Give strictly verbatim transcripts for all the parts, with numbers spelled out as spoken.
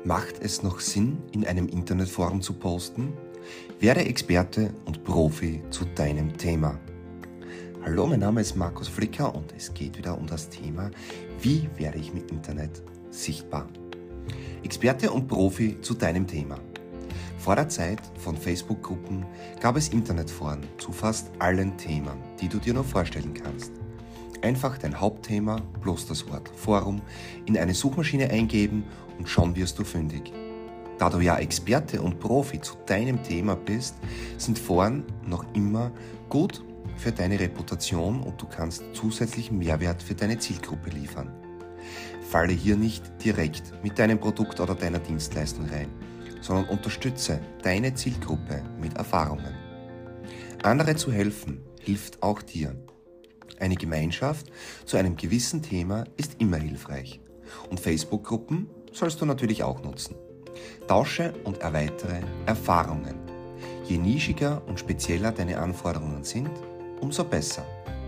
Macht es noch Sinn, in einem Internetforum zu posten? Werde Experte und Profi zu deinem Thema. Hallo, mein Name ist Markus Flicker und es geht wieder um das Thema, wie werde ich mit Internet sichtbar? Experte und Profi zu deinem Thema. Vor der Zeit von Facebook-Gruppen gab es Internetforen zu fast allen Themen, die du dir nur vorstellen kannst. Einfach dein Hauptthema plus das Wort Forum in eine Suchmaschine eingeben und schon wirst du fündig. Da du ja Experte und Profi zu deinem Thema bist, sind Foren noch immer gut für deine Reputation und du kannst zusätzlichen Mehrwert für deine Zielgruppe liefern. Falle hier nicht direkt mit deinem Produkt oder deiner Dienstleistung rein, sondern unterstütze deine Zielgruppe mit Erfahrungen. Andere zu helfen, hilft auch dir. Eine Gemeinschaft zu einem gewissen Thema ist immer hilfreich. Und Facebook-Gruppen sollst du natürlich auch nutzen. Tausche und erweitere Erfahrungen. Je nischiger und spezieller deine Anforderungen sind, umso besser.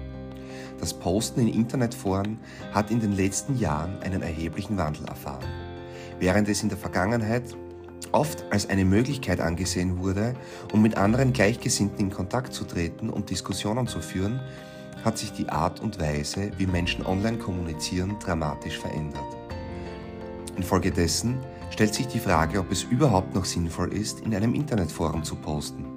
Das Posten in Internetforen hat in den letzten Jahren einen erheblichen Wandel erfahren. Während es in der Vergangenheit oft als eine Möglichkeit angesehen wurde, um mit anderen Gleichgesinnten in Kontakt zu treten und Diskussionen zu führen, hat sich die Art und Weise, wie Menschen online kommunizieren, dramatisch verändert. Infolgedessen stellt sich die Frage, ob es überhaupt noch sinnvoll ist, in einem Internetforum zu posten.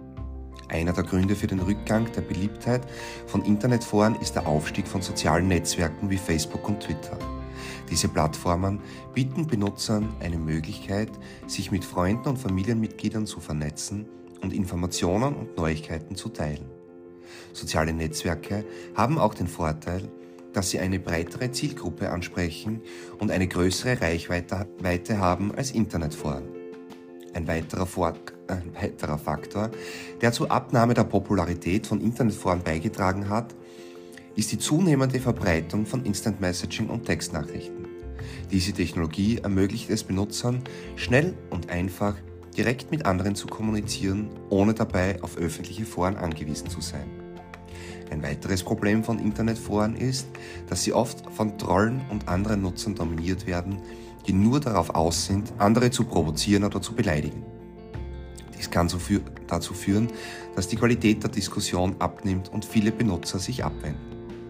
Einer der Gründe für den Rückgang der Beliebtheit von Internetforen ist der Aufstieg von sozialen Netzwerken wie Facebook und Twitter. Diese Plattformen bieten Benutzern eine Möglichkeit, sich mit Freunden und Familienmitgliedern zu vernetzen und Informationen und Neuigkeiten zu teilen. Soziale Netzwerke haben auch den Vorteil, dass sie eine breitere Zielgruppe ansprechen und eine größere Reichweite haben als Internetforen. Ein weiterer, Vor- ein weiterer Faktor, der zur Abnahme der Popularität von Internetforen beigetragen hat, ist die zunehmende Verbreitung von Instant Messaging und Textnachrichten. Diese Technologie ermöglicht es Benutzern, schnell und einfach direkt mit anderen zu kommunizieren, ohne dabei auf öffentliche Foren angewiesen zu sein. Ein weiteres Problem von Internetforen ist, dass sie oft von Trollen und anderen Nutzern dominiert werden, die nur darauf aus sind, andere zu provozieren oder zu beleidigen. Dies kann dazu führen, dass die Qualität der Diskussion abnimmt und viele Benutzer sich abwenden.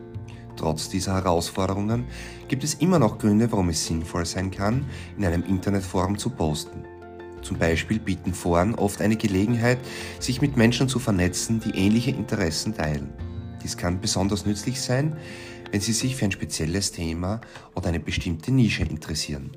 Trotz dieser Herausforderungen gibt es immer noch Gründe, warum es sinnvoll sein kann, in einem Internetforum zu posten. Zum Beispiel bieten Foren oft eine Gelegenheit, sich mit Menschen zu vernetzen, die ähnliche Interessen teilen. Dies kann besonders nützlich sein, wenn Sie sich für ein spezielles Thema oder eine bestimmte Nische interessieren.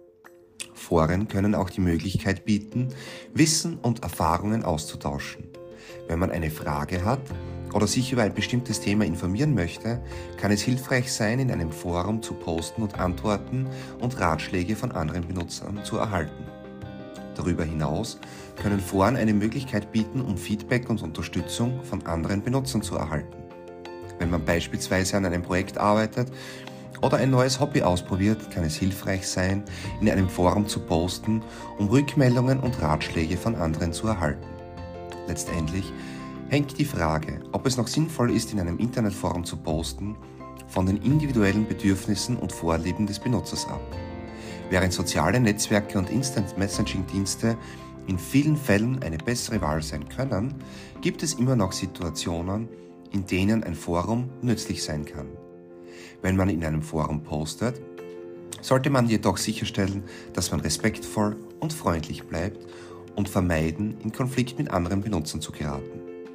Foren können auch die Möglichkeit bieten, Wissen und Erfahrungen auszutauschen. Wenn man eine Frage hat oder sich über ein bestimmtes Thema informieren möchte, kann es hilfreich sein, in einem Forum zu posten und Antworten und Ratschläge von anderen Benutzern zu erhalten. Darüber hinaus können Foren eine Möglichkeit bieten, um Feedback und Unterstützung von anderen Benutzern zu erhalten. Wenn man beispielsweise an einem Projekt arbeitet oder ein neues Hobby ausprobiert, kann es hilfreich sein, in einem Forum zu posten, um Rückmeldungen und Ratschläge von anderen zu erhalten. Letztendlich hängt die Frage, ob es noch sinnvoll ist, in einem Internetforum zu posten, von den individuellen Bedürfnissen und Vorlieben des Benutzers ab. Während soziale Netzwerke und Instant-Messaging-Dienste in vielen Fällen eine bessere Wahl sein können, gibt es immer noch Situationen, in denen ein Forum nützlich sein kann. Wenn man in einem Forum postet, sollte man jedoch sicherstellen, dass man respektvoll und freundlich bleibt und vermeiden, in Konflikt mit anderen Benutzern zu geraten.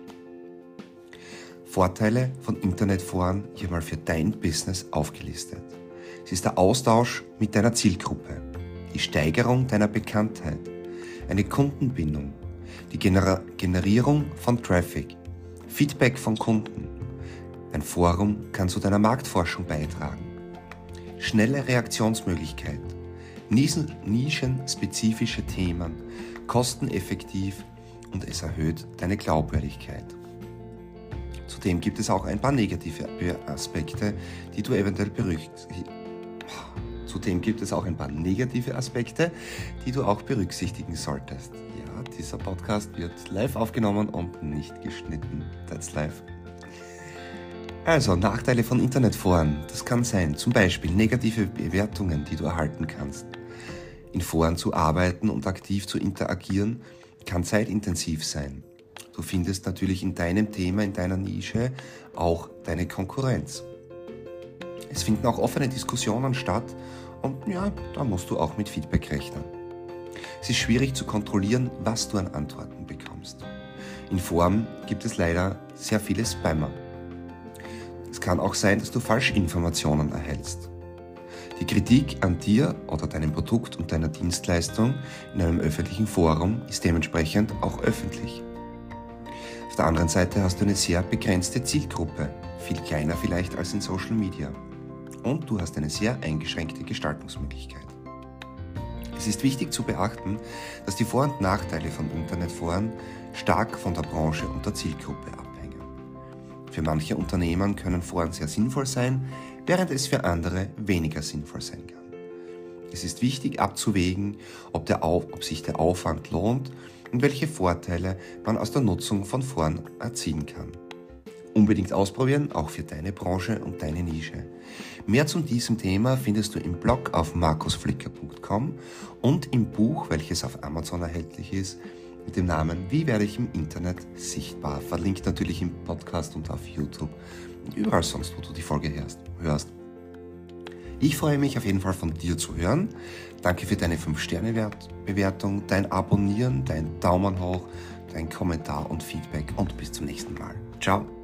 Vorteile von Internetforen hier mal für dein Business aufgelistet. Es ist der Austausch mit deiner Zielgruppe, die Steigerung deiner Bekanntheit, eine Kundenbindung, die Gener- Generierung von Traffic, Feedback von Kunden. Ein Forum kann zu deiner Marktforschung beitragen. Schnelle Reaktionsmöglichkeit, Nischen- nischenspezifische Themen, kosteneffektiv und es erhöht deine Glaubwürdigkeit. Zudem gibt es auch ein paar negative Aspekte, die du eventuell berücksichtigen Zudem gibt es auch ein paar negative Aspekte, die du auch berücksichtigen solltest. Ja, dieser Podcast wird live aufgenommen und nicht geschnitten. That's live. Also, Nachteile von Internetforen. Das kann sein, zum Beispiel negative Bewertungen, die du erhalten kannst. In Foren zu arbeiten und aktiv zu interagieren, kann zeitintensiv sein. Du findest natürlich in deinem Thema, in deiner Nische auch deine Konkurrenz. Es finden auch offene Diskussionen statt und ja, da musst du auch mit Feedback rechnen. Es ist schwierig zu kontrollieren, was du an Antworten bekommst. In Foren gibt es leider sehr viele Spammer. Es kann auch sein, dass du Falschinformationen erhältst. Die Kritik an dir oder deinem Produkt und deiner Dienstleistung in einem öffentlichen Forum ist dementsprechend auch öffentlich. Auf der anderen Seite hast du eine sehr begrenzte Zielgruppe, viel kleiner vielleicht als in Social Media. Und du hast eine sehr eingeschränkte Gestaltungsmöglichkeit. Es ist wichtig zu beachten, dass die Vor- und Nachteile von Internetforen stark von der Branche und der Zielgruppe abhängen. Für manche Unternehmen können Foren sehr sinnvoll sein, während es für andere weniger sinnvoll sein kann. Es ist wichtig abzuwägen, ob, der Auf, ob sich der Aufwand lohnt und welche Vorteile man aus der Nutzung von Foren erzielen kann. Unbedingt ausprobieren, auch für deine Branche und deine Nische. Mehr zu diesem Thema findest du im Blog auf markus flicker punkt com und im Buch, welches auf Amazon erhältlich ist, mit dem Namen Wie werde ich im Internet sichtbar? Verlinkt natürlich im Podcast und auf YouTube und überall sonst, wo du die Folge hörst. Ich freue mich auf jeden Fall von dir zu hören. Danke für deine fünf Sterne Bewertung, dein Abonnieren, dein Daumen hoch, dein Kommentar und Feedback und bis zum nächsten Mal. Ciao.